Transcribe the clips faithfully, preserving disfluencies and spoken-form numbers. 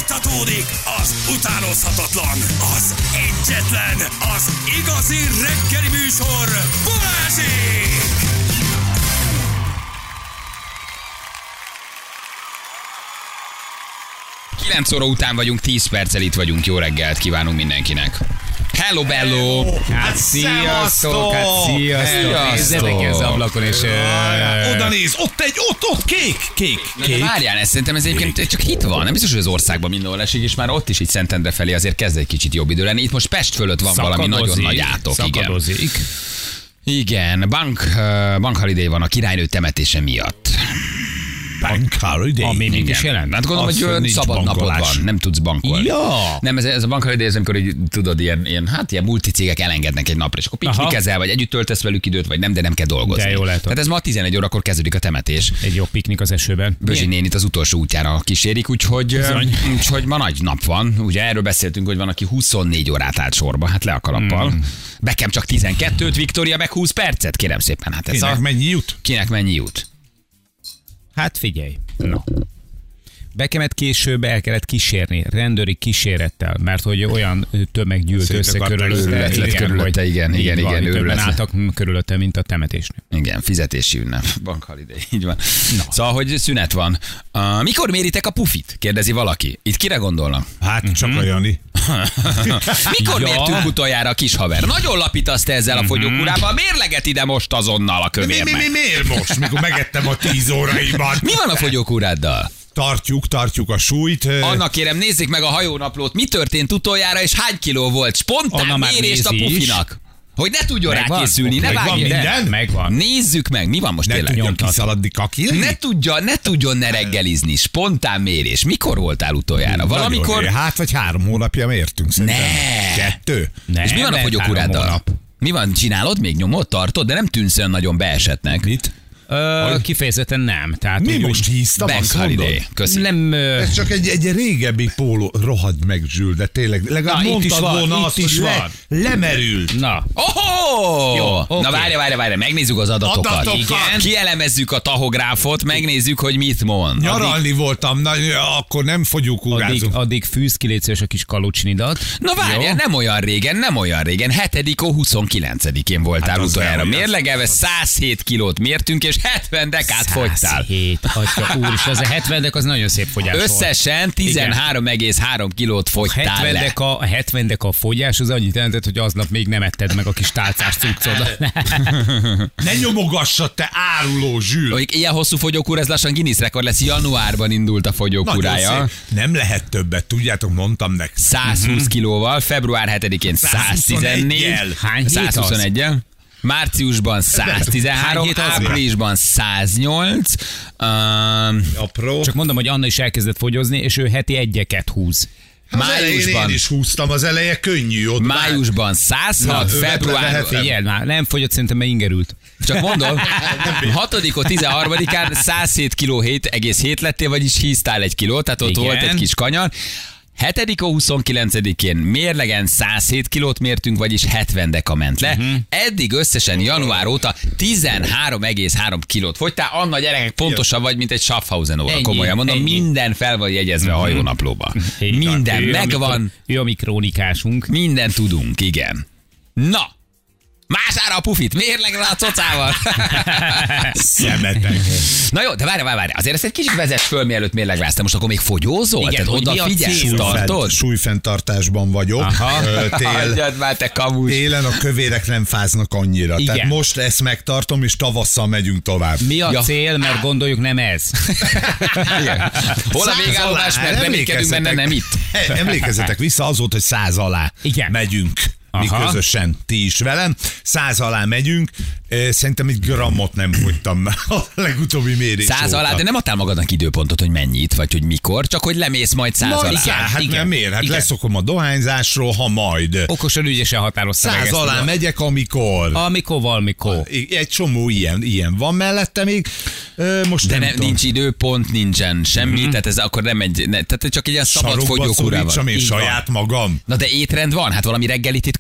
Folytatódik az utánozhatatlan, az egyetlen, az igazi reggeli műsor, Balázsék! kilenc óra után vagyunk, tíz perccel itt vagyunk. Jó reggelt kívánunk mindenkinek. Hello, bello! Hát sziasztok! Hát sziasztok! Nézzetek ki az ablakon, és... Oda néz, ott egy, ott, ott, kék, kék, kék. De várjál, ez szerintem ez egyébként csak hit van. Nem biztos, hogy az országban mindenhol esik, és már ott is így Szentendre felé azért kezd egy kicsit jobb idő lenni. Itt most Pest fölött van valami nagyon nagy átok. Szakadozik. Igen, igen. Bank, uh, bank holiday van a királynő temetése miatt. Bank holiday. Ami mit is jelent? Hát gondolom, hogy olyan szabad napod van, nem tudsz bankolni. Ja. Nem, ez, ez a bank holiday, ez amikor, hogy tudod, ilyen, ilyen, hát ilyen multicégek elengednek egy napra, és akkor piknikezel, vagy együtt töltesz velük időt, vagy nem, de nem kell dolgozni. De jó lehet. Tehát ez ma tizenegy órakor kezdődik a temetés. Egy jó piknik az esőben. Bözsi nénit az utolsó útjára kísérik, úgyhogy, úgyhogy ma nagy nap van. Ugye erről beszéltünk, hogy van, aki huszonnégy órát állt sorba, hát le a kalappal. Mm. Bekem csak tizenkettőt, Viktória meg húsz percet, kérem szépen. Hát ez Kinek a... mennyi jut? Kinek mennyi jut? Hát figyelj. No. Bekemet később el kellett kísérni, rendőri kísérettel, mert hogy olyan tömeg gyűlt Szét össze akartak körülötte, őrület lett körülötte, igen, igen, igen, többen őrület lett. álltak körülötte, mint a temetésnél. Igen, fizetési ünnep, bank holiday, így van. No. Szóval, hogy szünet van. Uh, mikor méritek a pufit? Kérdezi valaki. Itt kire gondolnak? Hát uh-huh. csak a Jani. Mikor Ja. mértünk utoljára a kis haver? Nagyon lapítasz te ezzel a fogyókúrával, mérleget ide most azonnal a Mi, kövér mi, mi, meg. miért most, mikor megettem a tíz óraimban? Mi van a fogyókúráddal? Tartjuk, tartjuk a súlyt. Annak kérem, nézzék meg a hajónaplót, mi történt utoljára, és hány kiló volt? Spontán Anna már mérést a nézi is. pufinak. Hogy ne tudjon Megvan? rákészülni, ne Megvan vágj. minden? Megvan. Nézzük meg, mi van most Ne tényleg? tudjon kiszaladni kakilni? Ne tudjon, ne tudjon ne reggelizni. Spontán mérés. Mikor voltál utoljára? Valamikor... Nagyon, hát vagy három hónapja mértünk szerintem. Ne. Kettő? Nem, És mi van a lehet fogyókúráddal? három hónap. Mi van, csinálod még, nyomod, tartod, de nem tűnsz olyan nagyon beesetnek. Mit? Ö, kifejezetten nem. Tehát, Mi úgy- most híztam, Bank azt mondod? holiday. Köszi. Nem... ö, Ez csak egy, egy régebbi póló. Rohadt meg, Zsül, de tényleg. Legalább Na, itt is mondtad van, volna itt azt, is hogy van. Le, lemerült. Na. Oh! Jó, Na oké. várj, várj, várj, megnézzük az adatokat. Adatokat. Igen. Kielemezzük a tahográfot, megnézzük, hogy mit mond. Nyaralni voltam, na, akkor nem Addig, fogyókúrázunk. addig fűz ki légy szíves a kis kalucsinidat. Na várjál, nem olyan régen, nem olyan régen. hetedikén huszonkilencedikén voltál Hát az utoljára. nem olyan. Mérlegelve száz hét kilót mértünk, és hetven dekát fogytál. hét, atya úr, és az a hetven dek az nagyon szép fogyás volt. Összesen tizenhárom egész három kilót fogytál hetven le. dek a, a hetven dek a fogyás az annyit jelentett, hogy aznap még nem etted meg a kis tálcás cuccodat. Ne nyomogassad, te áruló Zsül. Mondjuk ilyen hosszú fogyókúra, ez lassan Guinness rekord lesz. Januárban indult a Nagyon fogyókúrája. szép. Nem lehet többet, tudjátok, mondtam nektek. százhúsz kilóval, február hetedikén száz tizennégy, százhuszonegyel. Hány hét az? száz huszonegyel, márciusban száz tizenhárom, Hány hét az? áprilisban száz nyolc, um, Apró. Csak mondom, hogy Anna is elkezdett fogyozni, és ő heti egyeket húz. Az elején májusban, én is húztam, az eleje könnyű. Ott már- májusban száz hat, Na, február, lehetem. Figyelj már, nem fogyott, szerintem mert ingerült. csak mondom, hatodikon tizenharmadikán száz hét kiló hét egész hét lettél, vagyis híztál egy kilót, tehát ott Igen. volt egy kis kanyar. hetedikén huszonkilencedikén mérlegen száz hét kilót mértünk, vagyis hetven deka ment le. Uh-huh. Eddig összesen január óta tizenhárom egész három kilót fogytál. Anna, gyerekek, pontosan vagy, mint egy Schaffhausen óra. Ennyi, Komolyan mondom, ennyi. minden fel van jegyezve a hajónaplóba. Így van. Minden Ő a megvan, mikro- Ő a mi krónikásunk. minden tudunk, igen. Na! Mására a pufit, mérlegre a cocával. Szemetek. Na jó, de várj, várj, várj. Azért ezt egy kicsit vezess föl, mielőtt mérlegláztál. Most akkor még fogyózol? Igen, Tehát hogy mi oda a figyelsz, cél? tartod? Súlyfenntartásban vagyok. Aha. Ö, Tél, Hagyjad már, te kamus. télen a kövérek nem fáznak annyira. Igen. Tehát most ezt megtartom, és tavasszal megyünk tovább. Mi a Ja. cél, mert gondoljuk nem ez. Igen. Hol a Száz végállomás, alá, mert reménykedünk benne, nem itt. Emlékezzetek vissza, az volt, hogy száz alá Igen. megyünk. Mi Aha. közösen, ti is velem. Száz alá megyünk. Ö, Szerintem egy grammot nem fogytam a legutóbbi mérés Száz óta. alá, de nem adtál magadnak időpontot, hogy mennyit, vagy hogy mikor, csak hogy lemész majd száz Ma alá. igen. Hát igen, nem miért? Hát igen. leszokom a dohányzásról, ha majd. Okosan, ügyesen határozta meg Száz ezt. alá tudom. megyek, amikor. Amikor, valamikor. Egy csomó ilyen, ilyen van mellette még. Ö, Most De nem ne, tudom. nincs időpont, nincsen semmi, Mhm. tehát ez akkor nem egy, ne, tehát csak egy ilyen szabad Sarokba fogyókúrával. szorítsam én Így van. saját magam. Na de étrend van, hát valami reggelit itt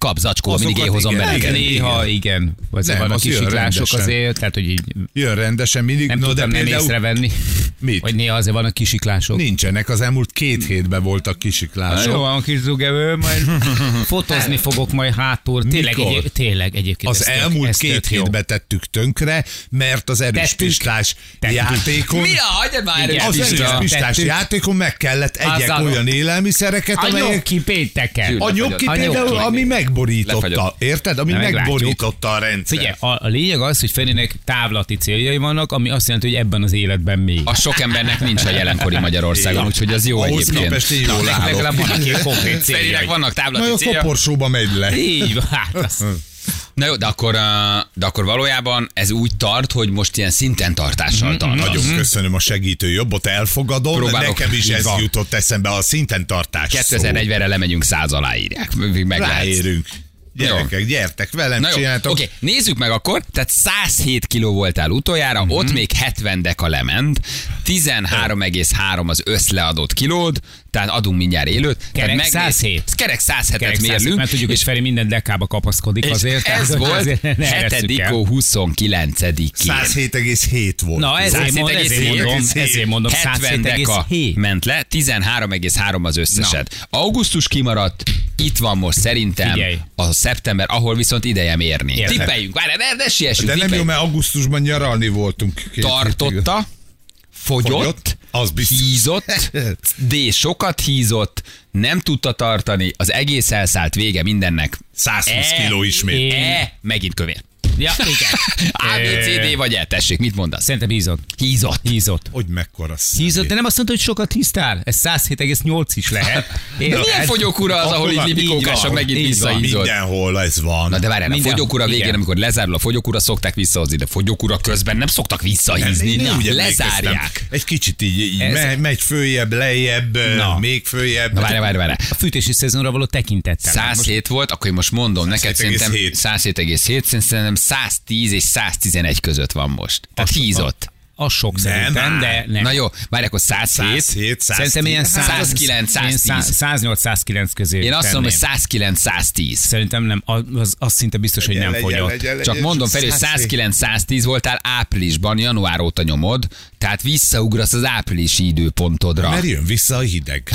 kap zacskó, Azokat mindig én hozom igen, be igen. neked. Néha igen, azért Nem, vannak az jön kisiklások rendesen. azért, tehát hogy így Jön rendesen mindig. nem No, tudtam de nem például észrevenni. Mit? Hogy néha azért vannak kisiklások. Nincsenek, az elmúlt két hétben voltak Jó kisiklások. van, kis zugevő, majd fotózni fogok majd hátul. Tényleg, Mikor? egy, tényleg egyébként Az ez tök- elmúlt ez két tök jó. hétben tettük tönkre, mert az erős Tettük. pistás Tettük. játékon... Mi a? Hagyjad már Igen. erős Az Pista. erős pistás Tettük. játékon meg kellett egyek Azzal- olyan élelmiszereket, A amelyek... nyomki pénteken. A nyomki A például, nyomki. ami megborította. Lefagyott. Érted? Ami Na, meglátjuk. megborította a rendszer. Figyelj, a, a lényeg az, hogy Ferinek távlati céljai vannak, ami azt jelenti, hogy ebben az életben még. A sok embernek nincs a jelenkori Magyarországon, Igen. úgyhogy az jó Ahhoz egyébként. képest én jól Na, állok. legalább vannak Ilyen konkrét Ferinek céljai. vannak Na, távlati a célja. koporsóba megy le. Így van, hát az. Na jó, de akkor, uh, de akkor valójában ez úgy tart, hogy most ilyen szinten tartással tart. Nagyon köszönöm a segítő jobbot, elfogadom. Próbálok. Nekem is Így ez van. jutott eszembe a szinten tartás szó. kétezer-negyvenre lemegyünk, száz alá írják. Meg lehet. Ráérünk. Gyerekek, gyertek velem, Na jó, oké, csináltok. okay, nézzük meg akkor. Tehát száz hét kiló voltál utoljára, Mhm. ott még hetven deka lement, tizenhárom egész három az összleadott kilód, tehát adunk mindjárt élőt. Tehát Kerek megnéz- száz hét. Kerek száz hetet Kerek száz, mérlünk. mert tudjuk, hogy Feri minden dekába kapaszkodik és azért. ez tehát volt azért ne eresszük el. hetedikó huszonkilencedikén. száz hét egész hét volt. Na, ezért, mond, ezért mondom, ezért mondom, hetven deka száz hét egész hét. ment le, tizenhárom egész három az összeset. Augusztus kimaradt, itt van most szerintem Figyelj. a szeptember, ahol viszont ideje mérni. Érted. Tippeljünk, várj, ne, ne siessünk, De nem jó, tippeljünk. mert augusztusban nyaralni voltunk. két hétig. Tartotta, fogyott, Fogyott, az biztos. hízott, D sokat hízott, nem tudta tartani, az egész elszállt, vége mindennek. száz húsz E, kiló ismét. E, megint kövér. Ja, igen. A, B, C, D vagy E, tessék, mit mondasz? Szerintem hízott. Hízott. Hízott. Hogy mekkora szép. Hízott, de nem azt mondta, hogy sokat híztál? Ez száz hét egész nyolc is lehet. Milyen Érted? fogyókúra az, ahol így Akkor libikókások így van, megint így van. visszahízott? Mindenhol ez van. Na de várjál, a Minden- fogyókúra végén, igen. amikor lezárul a fogyókúra, szokták visszahozni, de fogyókúra közben nem szoktak visszahízni. Ne, ugye Lezárják. megkezdtem. Egy kicsit így, így Ez- megy, megy följebb, lejjebb, Na. még följebb. Na várjál, várjál, várjál. A fűtési szezonra való tekintettel. száz hét volt, akkor én most mondom neked, száz hét egész szerintem hét. száz hét egész hét, szerintem száz tíz és száz tizenegy között van most. Tehát hízott. Az sok szerintem, már. de nem. Na jó, várj, akkor száz hét. száz hét, száz Szerintem ilyen tíz. száz kilenc, száz tíz. száz nyolc száz kilenc közé. Én azt mondom, hogy tenném. száz kilenc száz tíz. Szerintem nem, az, az szinte biztos, hogy nem Legyen, fogyott. legyen, legyen, Csak mondom fel, hogy száz hét. száz kilenc száz tíz voltál áprilisban, január óta nyomod, tehát visszaugrasz az áprilisi időpontodra. Mert jön vissza a hideg.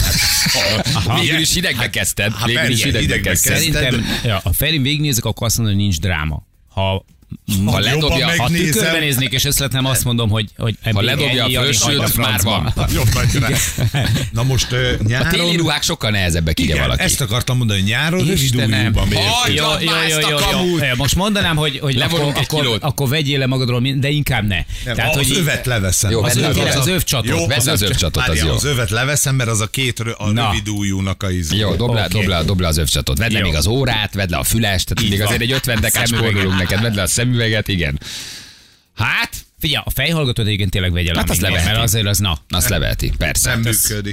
Hát, Végül is hidegbe kezdted. hát Végül is persze, hidegbe hidegbe kezdted. kezdted. Szerintem, ja, ha Ferin végignézek, akkor azt mondom, hogy nincs dráma. Ha Ha ledobja, jobban ha Ha Nézem. tükörben néznék, és ezt lehetnem, azt mondom, hogy, hogy Ha ledobja a fölsőt, már van. Jobb vagy rá. Na most uh, A nyáron... téli ruhák sokkal nehezebbek, ide Igen, valaki. ezt akartam mondani, hogy nyáron rövid Istenem. ujjúban mérték. Hagyj! Jó, jó, jó, jó, jó, jó. Most mondanám, hogy, hogy Levonunk akkor, egy akkor, kilót. akkor vegyél le magadról, mind- de inkább ne. Nem, Tehát, az hogy övet leveszem. Jó, az, vedd le öv, az az öv- övcsatot. Jó, Vedd le az övcsatot, az Várjál, jó. az övet leveszem, mert az a két rö, a Na. rövid ujjúnak a izé. Jó, dob le, Oké. dob le, dob le az övcsatot. Vedd le Jó. még az órát, vedd le a fülest, tehát Így még van. azért egy ötven dekás Szemüveget. spórolunk neked, vedd le a szemüveget, igen. Hát, Figyelj, a fejhallgatót egyébként tényleg vegyél Hát amíg azt van, leveheti. mert azért az na. azt leveheti, persze. Nem Hát ez- működik.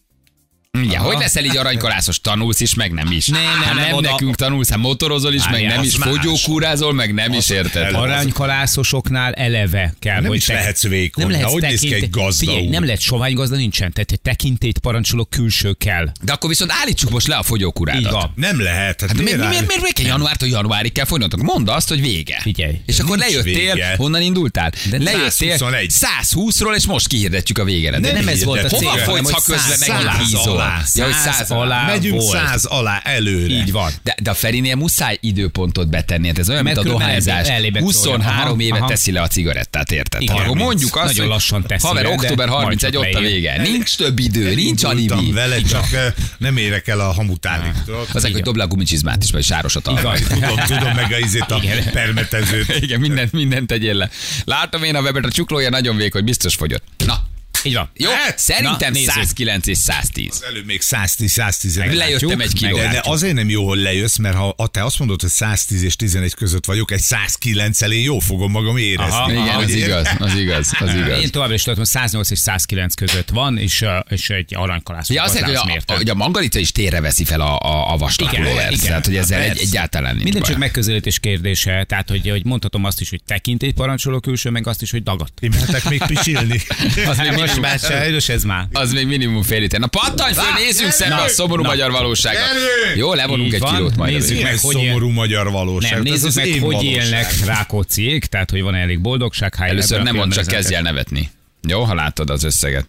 Ja, hogy leszel így aranykalászos, tanulsz is, meg nem is. Nem, nem, hát nem, nem oda- nekünk tanulsz, hát motorozol is, meg Várjál, nem az is, más. fogyókúrázol, meg nem is, érted? el- Aranykalászosoknál eleve kell, Nem hogy is lehetsz vékony. Nem Na, lehetsz hogy néz ki egy tekintély- gazda Figyelj, úr? nem lehet sovány gazda, nincsen. Tehát egy tekintélyt parancsoló külső kell. De akkor viszont állítsuk most le a fogyókúrádat. Így van. Nem lehet. Hát Hát miért, miért, miért, áll- miért, miért kell januártól januárig kell fognotok? Mondd azt, hogy vége. Figyelj. És akkor Nincs lejöttél, vége. honnan indultál? De lejöttél százhuszonegy. száz húszról, és most kihirdetjük a végeredményt. De nem ez volt a Hova cél, hanem, folysz, ha hogy közben száz megint alá, hízol? alá, Ja, hogy száz száz alá. alá. Megyünk volt. száz alá előre. Így van. De, de a Ferinél muszáj időpontot betenni, hát ez olyan, Mert mint a különben dohányzás. elé- elébe huszonhárom szólja. éve Aha. teszi le a cigarettát, érted? Igen. Akkor mondjuk azt, Nagyon hogy lassan teszi haver, le, de október majd harmincegy, csak ott a leír. vége. Nincs több idő, nincs Elindultam alibi. vele, csak eh, nem érek el a hamutálig. tudod? Az, hogy dobd le a gumicsizmát is, vagy sárosat alá. Tudom, tudom meg a izét a Igen. permetezőt. Igen, mindent, mindent tegyél le. Látom én a webet, a csuklója nagyon vékony, biztos fogyott. Na, Így van. jó, Hát, szerintem na, nézzük. száz kilenc és száz tíz. Előbb még száz tíz száz tizenegy. Lejöttem egy kiló. De, de azért nem jó, hogy lejössz, mert ha te azt mondod, hogy száz tíz és tizenegy között vagyok, egy száz kilenccel én jól fogom magam érezni. Aha. Igen, Ahogy az ér- igaz, az igaz, az igaz. Én továbbra is tartom, hogy száz nyolc és száz kilenc között van, és, uh, és egy aranykalász. Ja, azt jelenti, hogy a, hogy a mangalica is térre veszi fel a, a, a vastag Igen, pulóvert. igen. Tehát, hogy ezzel egy, Persze. egyáltalán nincs Minden baj. csak megközelítés kérdése, tehát hogy, hogy mondhatom azt is, hogy tekintélyt parancsoló külső, meg azt is, hogy dagat. Én mehetek még pisilni. Az még most Nincs már sajnos ez már. Az még minimum fél liter. Na pattanj föl, nézzünk szembe a szomorú magyar valósággal. Jó, levonunk Így egy van, kilót majd. nézzük Nézzük meg, Milyen hogy szomorú magyar valóság. Nem, Ez nézzük az meg, én hogy valóság. élnek Rákócziék, tehát hogy van elég boldogság. High Először level, nem mondd, csak különböző- kezdj el nevetni. Jó, ha látod az összeget.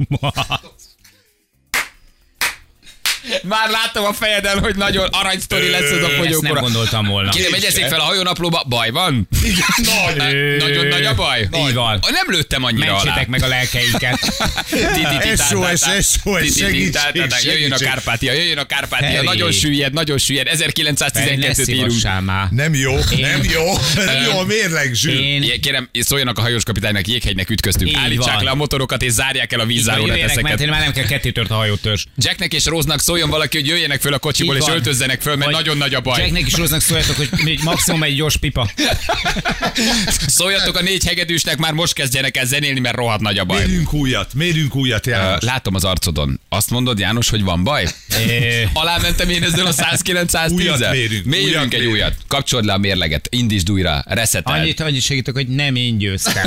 Már látom a fejeden, hogy nagyon aranysztori lesz ez a Ezt nem fogyókúra. gondoltam volna. Kérem, egyezzék fel a hajónaplóba. Baj van? Nagy. Ö, Nagyon nagy a baj? Így van. Nem lőttem annyira alá. Mentsétek meg a lelkeinket. es o es, es o es, segítség, Jöjjön a segítség. Kárpátia, jöjjön a Kárpátia. Feri. Nagyon süllyed, nagyon süllyed. Feri, ne ezerkilencszáztizenkettőt írunk. szívassál már. Nem jó, nem jó, nem jó a mérleg zsűr. Én Ilyen, Kérem, szóljanak a hajós kapitánynak, jéghegynek ütköztünk. Így Állítsák van. le a motorokat és zárják el a vízzáró jöjjenek, mert reteszeket. én már nem kell kettétört a hajótörs. Jacknek és Róznak szóljon valaki, hogy jöjjenek föl a kocsiból Így és van. öltözzenek föl, mert Vagy nagyon nagy a baj. Jacknek is Róznak szóljatok, hogy még maximum egy gyors pipa. Szóljatok a négy hegedűsnek, már most kezdjenek el zenélni, mert rohadt nagy a baj. Mérjünk újat, mérjünk újat, János. Látom az arcodon. Azt mondod, János, hogy van baj? É, Alámentem én ezzel a száz kilenc száz tízzel? Újat mérünk, Mérjünk újat egy mérünk. újat. Kapcsold le a mérleget, indítsd újra, resetel. Annyit, annyit segítek, hogy nem én győztem.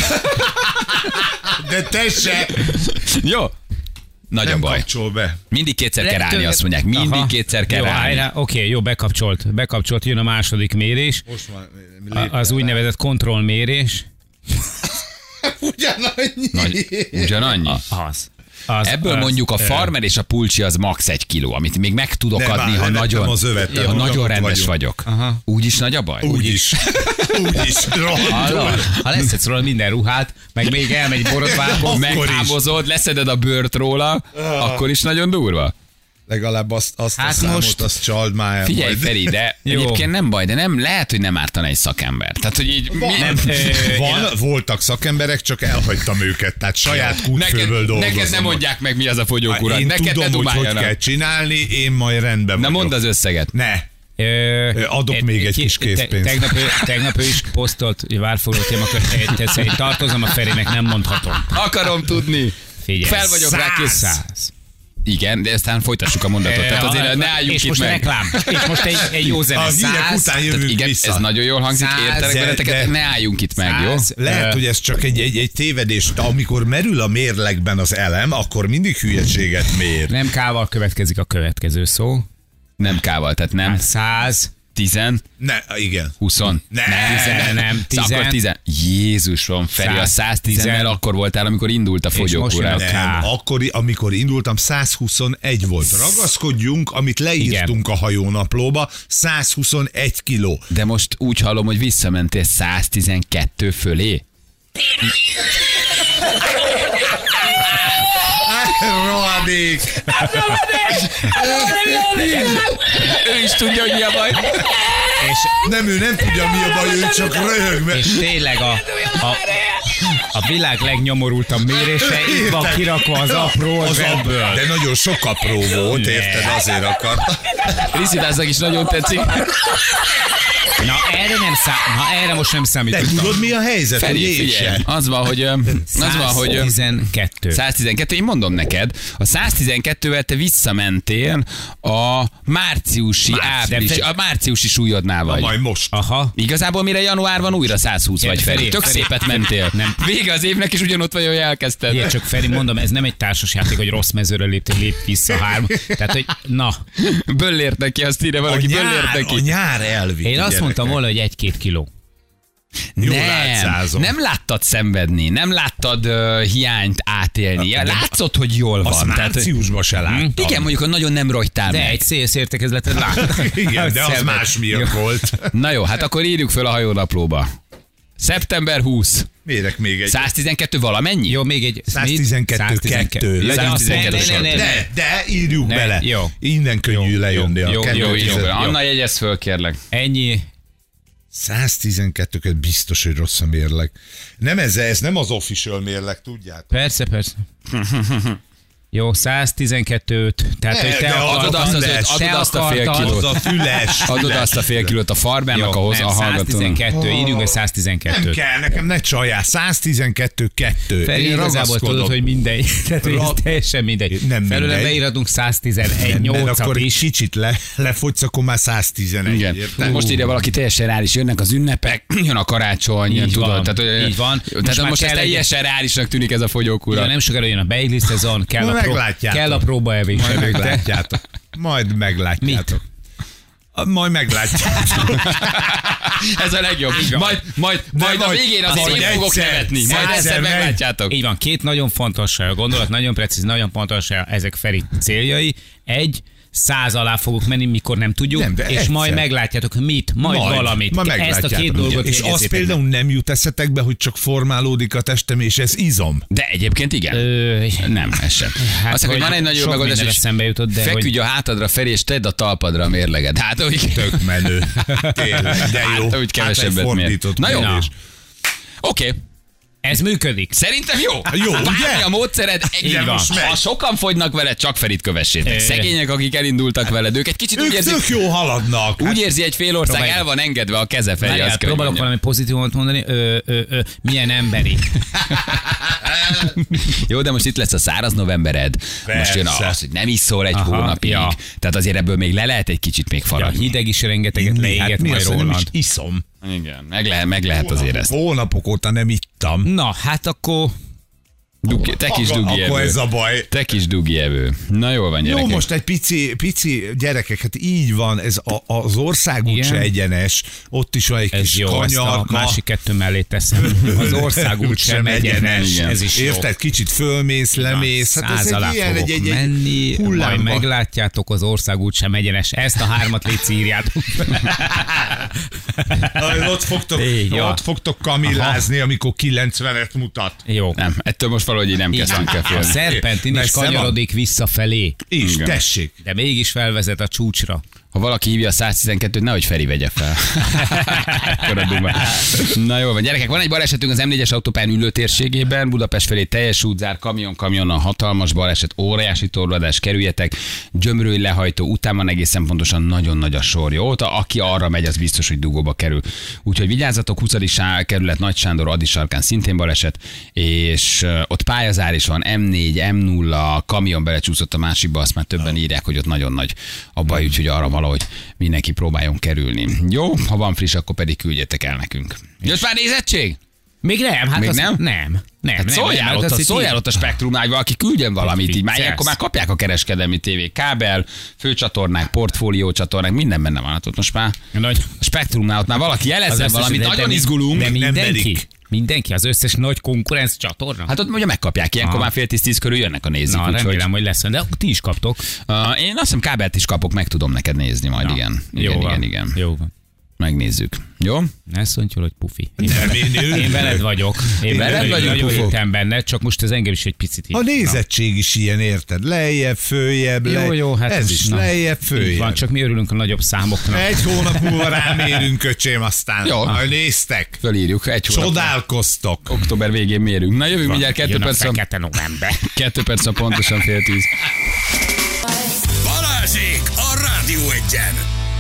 De te se. Jó? Nagy a Nem baj. kapcsol be. Mindig kétszer kell állni, azt mondják. Mindig Aha. kétszer kell Jó, állni. állj, Oké, jó, bekapcsolt. Bekapcsolt, jön a második mérés. Most már A- Az úgynevezett kontrollmérés. ugyanannyi. Nagy, ugyanannyi. Az. az Ebből az, mondjuk a ö, farmer és a pulcsi az max egy kiló, amit még meg tudok Nem, adni, már ha levettem nagyon, az övet, ha nem, nagyon ugyanott rendes vagyunk. vagyok. Úgy is nagy a baj? Úgy is. Úgy is. Rohadt. Hallod? Ha leszedsz róla minden ruhát, meg még elmegy borotvákhoz, meg Meghámozod, leszeded a bőrt róla, akkor is nagyon durva. Legalább azt, azt Hát a számot, most- azt csald már el Figyelj, majd. Feri, de Jó. egyébként nem baj, de nem lehet, hogy nem ártana egy szakember. Tehát, hogy így... Mi, Nem, ö, Van, voltak szakemberek, csak elhagytam őket, tehát saját kútfőből neked, dolgozom. neked nem mondják meg, mi az a fogyókúra. Én Neked tudom, ne hogy hogy dubáljanak. kell csinálni, én majd rendben Na vagyok. mondd az összeget. Ne. Ö, Adok még egy ki- kis készpénzt. Te, tegnap, ő, tegnap ő is posztolt, hogy várfogló témakör, te szerint tartozom a Ferinek, nem mondhatom. Akarom tudni. Figyelj. Fel vagyok rá kész. Száz. Igen, de aztán folytassuk a mondatot. Tehát azért ne álljunk és itt most meg. reklám. És most egy, egy jó zene. A hírek Száz. után Tehát jövünk igen, vissza. ez nagyon jól hangzik, Száz, értelek de- benneteket, de- ne álljunk itt meg, jó? Száz. Lehet, Ö, hogy ez csak egy, egy, egy tévedés, de amikor merül a mérlegben az elem, akkor mindig hülyeséget mér. Nem kával következik a következő szó. Nem kával, tehát nem Száz. tizen, Ne, igen. huszon. Ne, tizen, nem, Szóval tizen. akkor tizen. Jézusom, Feri, a Száz, száztízennel tizen. akkor voltál, amikor indult a most jön fogyókúrát. a K. Nem, akkor, amikor indultam, száz huszonegy volt. Ragaszkodjunk, amit leírtunk a hajónaplóba, száz huszonegy kiló. De most úgy hallom, hogy visszamentél száztizenkettő fölé. Rohadék! Ő is tudja, hogy mi a baj. És, Nem, ő nem tudja, mi a baj, ő csak röhög. Mert... és tényleg a, a, a világ legnyomorultabb mérése itt van Érted? kirakva az apró Az a, zsebből. de nagyon sok apró volt, érted, azért akart. Riszidáznak is nagyon tetszik. Na erre nem szám, na erre most nem De számítottam. tudod, mi a helyzet, hogy Feri, én figyelj, se? az van, hogy, ö, az van, hogy ö, száztizenkettő. száztizenkettő, én mondom neked, a száztizenkettővel te visszamentél a márciusi Márci- április, de- a márciusi súlyodnál vagy. Majd most. Aha. Igazából mire január van, újra száz húsz vagy, Feri. Feri, Tök Feri. szépet mentél. Nem. Vége az évnek, és ugyanott vagy, hogy elkezdted. Ilyen csak Feri, mondom, ez nem egy társasjáték, hogy rossz mezőről léptél, lép vissza három. Tehát, hogy na, Böllért neki, azt írja A valaki, böllért nyár, neki. a nyár elvitt. én azt gyerekek. mondtam volna, hogy egy-két kiló. Jól Nem, átszázom. nem láttad szenvedni, nem láttad uh, hiányt átélni. Ja, De- látszott, hogy jól Azt van. Tehát, márciusban se láttam. igen, mondjuk, hogy nagyon nem rogytál De meg. egy szélsz értekezletet láttam. Igen, de az Szenved. más miatt volt. Na jó, hát akkor írjuk föl a hajónaplóba. szeptember huszadika. Mérek még egy. száztizenkettő valamennyi? Jó, még egy... száztizenkettő kettő. Legyen azt száztizenkettő ne, ne, ne, ne. De, de írjuk Ne, bele. jó. Innen könnyű Jó, lejönni. jó, a jó, kettő Jó, jó, így tized- jó. Anna, jegyez föl, kérlek. Ennyi. száztizenkettő biztos, hogy rossz a mérleg. Nem ez, ez nem az official mérleg, tudjátok? Persze, persze. Jó, száztizenkettőt, tehát hogy te de Adod azt, az öt, füles. adod te azt a fél akartad. kilót. Az a füles. Adod füles. azt a fél kilót a farbernak, ahhoz a nem, hallgatónak. száztizenkettő, írjunk be Nem száztizenkettőt. kell, nekem ne csaljál. száztizenkettő kettő. Feri, Én igazából ragaszkodom. tudod, hogy mindegy. Tehát, hogy ez Ra- teljesen mindegy. Nem Felőle mindegy. beíratunk száztizenegy, Mert nyolcat akkor is. kicsit le, lefogysz, akkor már száztizenegy. Igen. érted? Most írja valaki teljesen reális, jönnek az ünnepek, jön a karácsony, jön, Így tudod. van, Tehát, így van. Tehát Most most, már most ez kell egy- teljesen reálisnak tűnik ez a fogyókúra. Ja, nem sokára jön a beigli szezon, kell, Majd a, pró- meglátjátok. kell a próbaevés Majd előtte. meglátjátok. Majd meglátjátok. A- Majd meglátjátok. Ez a legjobb. Majd, majd, majd a majd- végén azért majd én fogok egyszer, nevetni. Majd egyszer egyszer meg- meglátjátok. Így van, két nagyon fontos gondolat, nagyon precíz, nagyon pontos ezek Feri céljai. Egy, száz alá fogok menni, mikor nem tudjuk, Nem, de és egyszer. majd meglátjátok mit, majd, majd valamit. Ma Ezt a meglátjátok. két dolgot És az jegyezzétek meg. például nem jut eszetekbe, hogy csak formálódik a testem, és ez izom. De egyébként igen. Ö, Nem, ez sem. Hát, Azt mondja, hogy van egy nagyon sok megoldás, minden és eszembe jutott, de feküdj hogy... a hátadra, Feri, és tedd a talpadra a mérleged. Hát, úgy, Tök menő. Tényleg, de jó. Hát, úgy kevesebbet egy mér. fordított Na jó. kérdés. Oké. Ez működik. Szerintem jó. Jó, Bármi ugye? a módszered, Így van. most ha sokan fogynak veled, csak Ferit kövessétek. Ö. Szegények, akik elindultak veled, ők egy kicsit úgy Ők érzik, tök jó haladnak. úgy érzi egy fél ország, Próbálj. el van engedve a keze Feri. Várjál, azt kell, hogy próbálok mondjam. valami pozitívot mondani. Ö, ö, ö, milyen emberi. Jó, de most itt lesz a száraz novembered. Most jön Persze. az, hogy nem iszol egy Aha, hónapig. ja. Tehát azért ebből még le lehet egy kicsit még A faradni. hideg is rengeteget Mi? leéget Hát mi majd az, hogy nem is rólad. iszom. Igen, meg lehet, meg lehet azért ezt. Hónapok óta nem ittam. Na, hát akkor... Dugi, te kis dugi Akkor ez evő. a baj. Te kis dugi evő. Na jól van, Jó, gyerekek. most egy pici, pici gyerekek, hát így van, ez a, az országút Igen. se egyenes, ott is van egy Ez kis jó, ezt a kanyarka. másik kettő mellé teszem. Az országút sem egyenes. Igen. Ez is jó. Érted, kicsit fölmész, lemész, hát ez Száz egy alá ilyen, fogok egy, egy, egy menni, majd hullámba. meglátjátok, az országút sem egyenes. Ezt a hármat légy írjátok. Ott fogtok, Így, ja. ott fogtok kamilázni, amikor kilencvenet mutat. Jó. Nem, ettől most valahogy így nem kezdtünk el A félni. szerpentin is Messze van. kanyarodik visszafelé, És Igen. tessék. de mégis felvezet a csúcsra. Ha valaki hívja a száztizenkettőt, nehogy Feri vegye fel. Ekkora duma. Na jó van, gyerekek, van egy balesetünk az em négyes autópályán ülő térségében, Budapest felé teljes útzár, kamion, kamion, a hatalmas baleset, óriási torlódás, kerüljetek, gyömrői lehajtó, után van egészen pontosan nagyon nagy a sor. Jó, aki arra megy, az biztos, hogy dugóba kerül. Úgyhogy vigyázzatok, huszadik kerület, Nagy Sándor, Adi sarkán szintén baleset, és uh, ott pályazár is van, em négy, em nulla, kamion belecsúszott a másikba, azt már többen írják, hogy ott nagyon nagy a baj, úgyhogy arra valahogy mindenki próbáljon kerülni. Jó, ha van friss, akkor pedig küldjetek el nekünk. Jött már nézettség? Még nem, hát Még az, nem? Nem. Nem, Hát nem, szóljál, nem, ott, azt a, itt szóljál így- ott a Spektrumnál, hogy valaki küldjön valamit, így már Viccelsz. ilyenkor már kapják a kereskedelmi tévék, kábel, főcsatornák, portfólió csatornák, minden benne van. Hát ott most már Nagy. a Spektrumnál ott már valaki Az jelezzen összes- valamit, de- nagyon de- izgulunk. De nem mindenki? merik. Mindenki, az összes nagy konkurenc csatorna? Hát ott ugye megkapják, ilyenkor Aha. már fél tíz-tíz körül jönnek a nézők. Na, úgyhogy- remélem, hogy lesz, de akkor ti is kaptok. Uh, én azt hiszem kábelt is kapok, meg tudom neked nézni majd, Na, igen. Igen, jó igen, van. igen. Jó van. Megnézzük. Jó? Ne szontyol, hogy pufi. Én, Nem, én én örülök. veled vagyok. Én Veled veled vagyunk, nagyon pufok. hittem benne, csak most ez engem is egy picit A hit. nézettség is ilyen, érted? Lejjebb, följebb, Jó, lej... jó, hát ez most, is na, lejjebb, így följebb. van, csak mi örülünk a nagyobb számoknak. Egy hónap múlva rámérünk, öcsém, aztán Jó. majd néztek. Fölírjuk. Egy hónap. Csodálkoztok. Október végén mérünk. Na jövünk mindjárt kettő Jön a percre. fekete november. Kettő percre pontosan fél tíz. Balázsék a Rádió Egyen!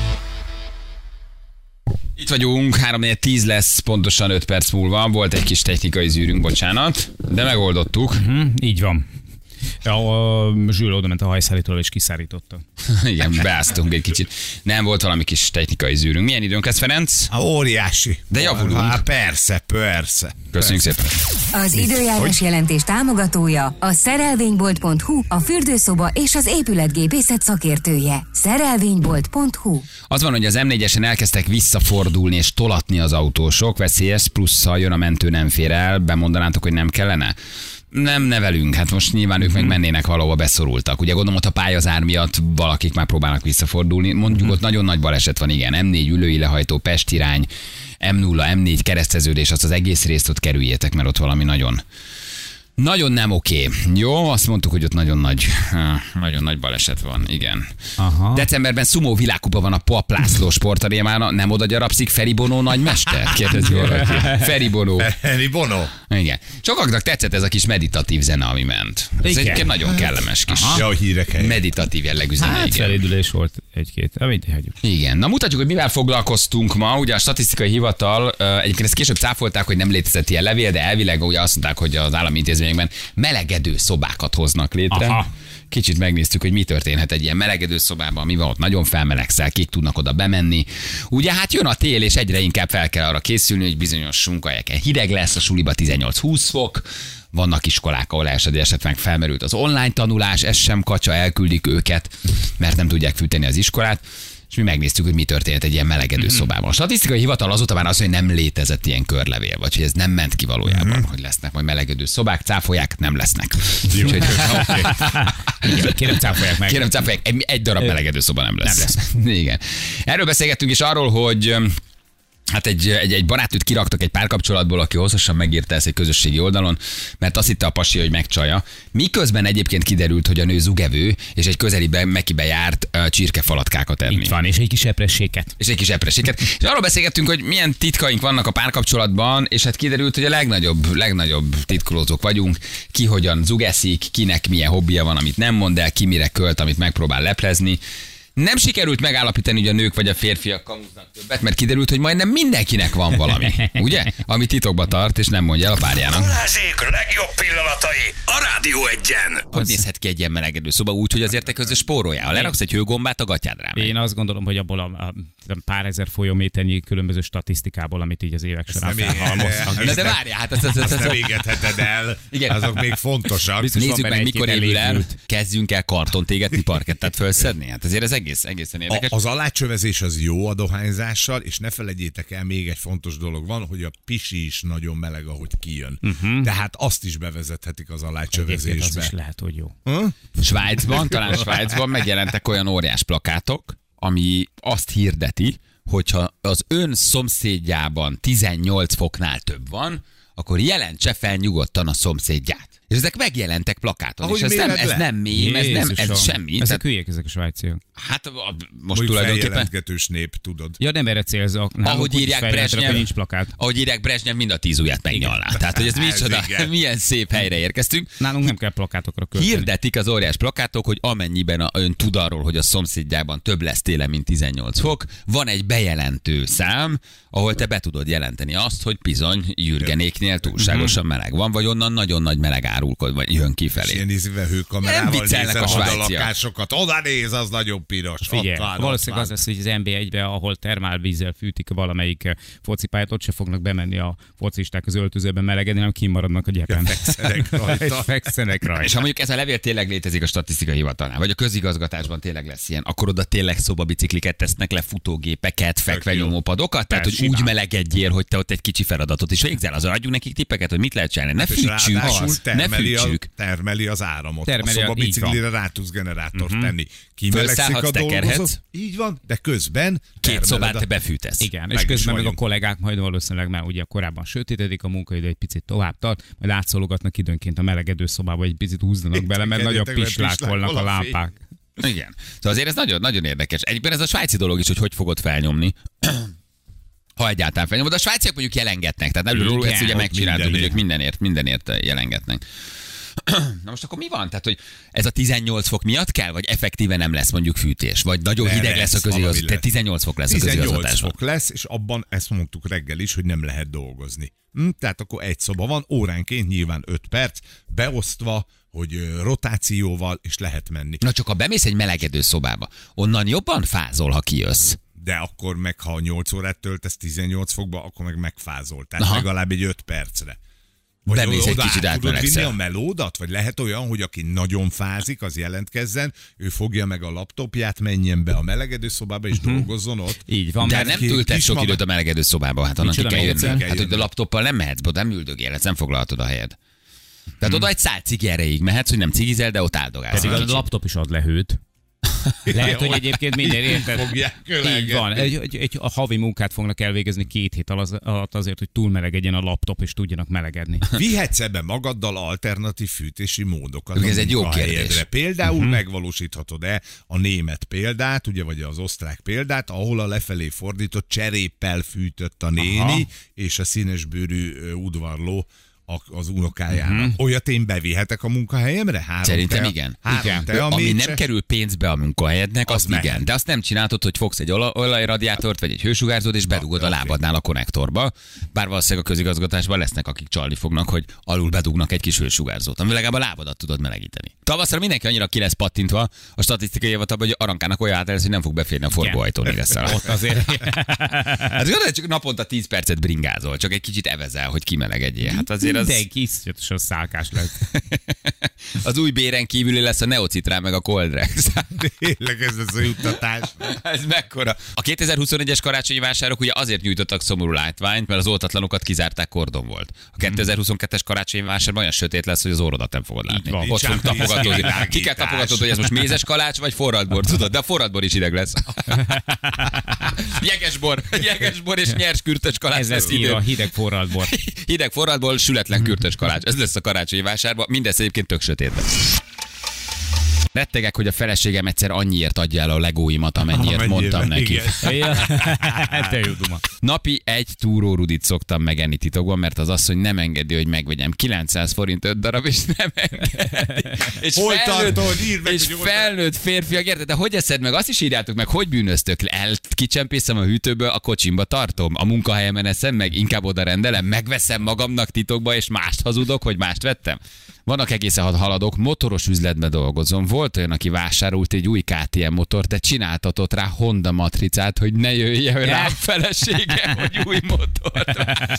Itt vagyunk, három tíz lesz, pontosan öt perc múlva. Volt egy kis technikai zűrünk, bocsánat, de megoldottuk. Hm, így van. A, a Zsül oda ment a hajszállítóval és kiszárította. Igen, beáztunk egy kicsit. Nem volt valami kis technikai zűrünk. Milyen időnk lesz, Ferenc? Há, óriási. De javulunk. Há, persze, persze. Köszönjük szépen. Az időjárás jelentés támogatója a szerelvénybolt pont hu, a fürdőszoba és az épületgépészet szakértője. szerelvénybolt pont hu. Az van, hogy az em négyesen elkezdtek visszafordulni és tolatni az autósok, veszélyes, plusszal jön a mentő, nem fér el, bemondanátok, hogy nem kellene? Nem nevelünk, hát most nyilván ők meg mennének valahova, beszorultak. Ugye gondolom, ott a pályazár miatt valakik már próbálnak visszafordulni. Mondjuk ott nagyon nagy baleset van, igen. em négy ülői lehajtó, Pest irány, em nulla, em négy kereszteződés, azt az egész részt ott kerüljétek, mert ott valami nagyon Nagyon nem oké. Jó, azt mondtuk, hogy ott nagyon nagy, nagyon nagy baleset van, igen. Aha. Decemberben szumó világkupa van a Pap László sportarémán, nem oda gyarapszik Feri Bonó nagymester? Kérdezi valaki. Feri Bonó. Feri Bonó. Igen. Sokaknak tetszett ez a kis meditatív zene, ami ment. Ez Igen. egyébként nagyon kellemes kis Ja, a hírek helyett. meditatív jellegű zene, Hát igen. felidülés volt egy-két. Amit hagyjuk. Igen. Na mutatjuk, hogy mivel foglalkoztunk ma. Ugye a statisztikai hivatal, egyébként ezt később cáfolták, hogy nem létezett ilyen levél, de elvileg ugye azt mondták, hogy az állami intézményekben melegedő szobákat hoznak létre. Aha. Kicsit megnéztük, hogy mi történhet egy ilyen melegedő szobában, mi van ott, nagyon felmelegszel, kik tudnak oda bemenni. Ugye hát jön a tél, és egyre inkább fel kell arra készülni, hogy bizonyos munkahelyeken hideg lesz, a suliba tizennyolc-húsz fok. Vannak iskolák, ahol esetleg felmerült az online tanulás, ez sem kacsa, elküldik őket, mert nem tudják fűteni az iskolát. És mi megnéztük, hogy mi történt egy ilyen melegedő szobában. A statisztikai hivatal azóta már azt mondja, hogy nem létezett ilyen körlevél, vagy hogy ez nem ment ki valójában, mm-hmm. hogy lesznek majd melegedő szobák, cáfolják, nem lesznek. Úgyhogy, Igen, kérem cáfolják meg. kérem, cáfolják, egy, egy darab melegedő szoba nem lesz. Nem lesz. Igen. Erről beszélgettünk is arról, hogy hát egy, egy, egy barátnőt kiraktak egy párkapcsolatból, aki hosszasan megírta ezt egy közösségi oldalon, mert azt hitte a pasi, hogy megcsalja. Miközben egyébként kiderült, hogy a nő zugevő, és egy közeliben Mekibe járt uh, csirkefalatkákat enni. Itt van, és egy kis epresséket. És egy kis epresséket. És arról beszélgettünk, hogy milyen titkaink vannak a párkapcsolatban, és hát kiderült, hogy a legnagyobb, legnagyobb titkolózók vagyunk. Ki hogyan zugeszik, kinek milyen hobbija van, amit nem mond el, ki mire költ, amit megpróbál leplezni. Nem sikerült megállapítani, hogy a nők vagy a férfiak kamuznak többet, mert kiderült, hogy majdnem mindenkinek van valami, ugye? Ami titokba tart, és nem mondja el a párjának. Balázsék legjobb pillanatai a Rádió Egyen. Hogy nézhet ki egy ilyen melegedő szoba úgy, hogy azért te közös spóroljál? Ha leraksz egy hőgombát, a gatyádra megy. Én azt gondolom, hogy abból a, a pár ezer folyóméternyi különböző statisztikából, amit így az évek során nem felhalmoztak. Na de várjál, hát ez, ez, ez, Azt ez, nem égetheted el, Igen. azok még fontosak. Biztos van Nézzük benne meg, mikor egy-két évül el, elégült. kezdjünk el kartont égetni, parkettát fölszedni. Hát azért ez egész, egészen érdekes. A, az alácsövezés az jó a dohányzással, és ne felejtjétek el, még egy fontos dolog van, hogy a pisi is nagyon meleg, ahogy kijön. Uh-huh. Tehát azt is bevezethetik az Egyébként alácsövezésbe. az is lehet, hogy jó. Svájcban, talán Svájcban megjelentek olyan óriás plakátok, ami azt hirdeti, hogyha az ön szomszédjában tizennyolc foknál több van, akkor jelentse fel nyugodtan a szomszédját. És ezek megjelentek plakáton, Ahogy és ez nem, méred ez le. nem mém, ez, nem, ez Jézusom. semmi. Ezek Tehát, hülyék, ezek a svájciak. hát a- most Mondjuk tulajdonképpen... feljelentgetős nép, tudod. Ja, nem erre célzak. Náluk Ahogy úgyis írják feljelentenek, Brezsnyev, hogy nincs plakát. ahogy írják Brezsnyev, mind a tíz ujját megnyalná. Tehát, hogy ez micsoda, igen. milyen szép helyre érkeztünk. Nálunk nem kell plakátokra költeni. Hirdetik az óriás plakátok, hogy amennyiben a, ön tud arról, hogy a szomszédjában több lesz télen, mint tizennyolc fok, van egy bejelentő szám, ahol te be tudod jelenteni azt, hogy bizony Jürgenéknél túlságosan meleg van, vagy onnan nagyon nagy meleg árulkod, vagy jön És kifelé. ilyen ízve hőkamerával Nem viccelnek nézel a a svájciak. lakásokat. Oda néz, az nagyon piros. Figyelj, Ott van, ott valószínűleg az van. lesz, hogy az en bé egyben, ahol termálvízzel fűtik valamelyik eh, focipályát, ott se fognak bemenni a focisták az öltözőben melegedni, hanem kimaradnak a gyepen. Fekszenek rajta. És fekszenek rajta. És ha mondjuk ez a levél tényleg létezik a statisztikai hivatalnál, vagy a közigazgatásban tényleg lesz ilyen, akkor oda tényleg szobabicikliket tesznek le, futógépeket, fekvenyomópadokat, tehát hogy Persze, úgy simán. melegedjél, hogy te ott egy kicsi feladatot is végzel, azon adjunk nekik tippeket, hogy mit lehet csinálni. Ne És fűtsük, ráadásul az, ne termeli, a, fűtsük. termeli az áramot. Termeli a- a így szobabiciklire rá tudsz generátort Mhm. uh-huh. tenni. Kimelegszik Felszállhatsz, a dolgozó. tekerhetsz. Így van, de közben Két termeled szobát a- te befűtesz. Igen, Meg és is közben meg a vagyunk. kollégák majd valószínűleg már ugye korábban sötétedik a munkaidő, egy picit tovább tart, majd átszologatnak időnként a melegedő szobába, egy picit húzzanak bele, mert nagyobb Tegyetek le, pislákolnak a pislákol a fény. lámpák. Igen. Szóval azért ez nagyon, nagyon érdekes. Egyben ez a svájci dolog is, hogy hogy fogod felnyomni. Ha egyáltalán felnyomod. A svájciak mondjuk jelengetnek, tehát előről Igen, ezt ugye ott megcsináltuk, hogy ők mindenért. mindenért, mindenért jelengetnek. Na most akkor mi van? Tehát, hogy ez a tizennyolc fok miatt kell, vagy effektíve nem lesz mondjuk fűtés? Vagy nagyon Ne hideg lesz a lesz, valami közigazgatás? Tehát lesz. tizennyolc fok lesz a tizennyolc közigazgatásban. fok lesz, és abban ezt mondtuk reggel is, hogy nem lehet dolgozni. Hm? Tehát akkor egy szoba van, óránként nyilván öt perc, beosztva, hogy ö, rotációval, és lehet menni. Na csak ha bemész egy melegedő szobába, onnan jobban fázol, ha kijössz. De akkor meg, ha nyolc órát töltesz tizennyolc fokba, akkor meg megfázol. Tehát Aha. legalább egy öt percre. Vagy Bemész egy oda kicsit át tudod vinni átmelegszel. a melódat? Vagy lehet olyan, hogy aki nagyon fázik, az jelentkezzen, ő fogja meg a laptopját, menjen be a melegedő szobába, és Mhm. dolgozzon ott. Így van, De mert nem ki- tültesz kis sok mama- időt a melegedő szobába, hát onnan ki Micsoda kell jönni. módszer? Hát, hogy a laptoppal nem mehetsz, be, nem üldögélhetsz, nem foglalhatod a helyed. Tehát oda egy szál cigi erejéig mehetsz, hogy nem cigizel, de ott áldogálsz. pedig egy a kicsit. laptop is ad le hőt. Lehet, hogy egyébként minden érted. Fogják Így kölegetni. van. Egy, egy, egy a havi munkát fognak elvégezni két hét alatt azért, hogy túl melegedjen a laptop, és tudjanak melegedni. Vihetsz ebbe magaddal alternatív fűtési módokat? Ez a egy jó munkahelyedre? kérdés. Például uh-huh. megvalósíthatod-e a német példát, ugye, vagy az osztrák példát, ahol a lefelé fordított cseréppel fűtött a néni, Aha. és a színesbőrű ö, udvarló a- az unokájának. Mhm. Uh-huh. Olyat én bevihetek a munkahelyemre? Három Szerintem tea, igen. Három Igen. tea Ami mécse? nem kerül pénzbe a munkahelyednek, Az azt igen. mehet. De azt nem csinálod, hogy fogsz egy ola- olajradiátort, vagy egy hősugárzót, és bedugod a oké. lábadnál a konnektorba. Bár valószínűleg a közigazgatásban lesznek, akik csalni fognak, hogy alul bedugnak egy kis hősugárzót, ami legalább a lábadat tudod melegíteni. Tavaszra mindenki annyira ki lesz pattintva a statisztikai hivatalban, hogy Arankának olyan átlász, hogy nem fog beférni a forgóajtón igazából. Ott azért. Hát gondolod, csak naponta tíz percet bringázol, csak egy kicsit evezel, hogy kimelegedjél. Hát azért az... Mindenki iszonyatosan szálkás lesz. Az új béren kívüli lesz a Neocitrán meg a Coldrex. Tényleg ez lesz a juttatás. Ez mekkora. A kétezer-huszonegyes karácsonyi vásárok ugye azért nyújtottak szomorú látványt, mert az oltatlanokat kizárták, kordon volt. A kétezer-huszonkettes karácsonyi vásárban olyan sötét lesz, hogy az orrodat nem fogod látni. van. Ott fogunk Nincs ám tapogatózni. vízvilágítás. Ki kell tapogatod, hogy ez most mézes kalács vagy forradbor, tudod? De a forradbor is ideg lesz. Jegesbor, jegesbor és nyers kürtös kalács Ez lesz lesz írva, idő. hideg forradbor. Hideg forradból, sületlen kürtös kalács. Ez lesz a karácsonyi vásárban, mindez egyébként tök sötétben. Rettegek, hogy a feleségem egyszer annyiért adja el a legóimat, amennyiért Amennyivel, mondtam neki. igen. Ja. Te jó duma. Napi egy túrórudit szoktam megenni titokban, mert az asszony nem engedi, hogy megvegyem. kilencszáz forint öt darab, és nem engedi. És Hol felnőtt, tartod? Írd meg, és hogy hol felnőtt férfiak, érted? De hogy eszed meg? Azt is írjátok meg, hogy bűnöztök? Elkicsempészem a hűtőből, a kocsimba tartom, a munkahelyemen eszem meg, inkább oda rendelem, megveszem magamnak titokba, és mást hazudok, hogy mást vettem. Vannak egészen hat haladok, motoros üzletben dolgozom. Volt olyan, aki vásárolt egy új ká té em motort, de csináltatott rá Honda matricát, hogy ne jöjjön rám feleségem, hogy új motort.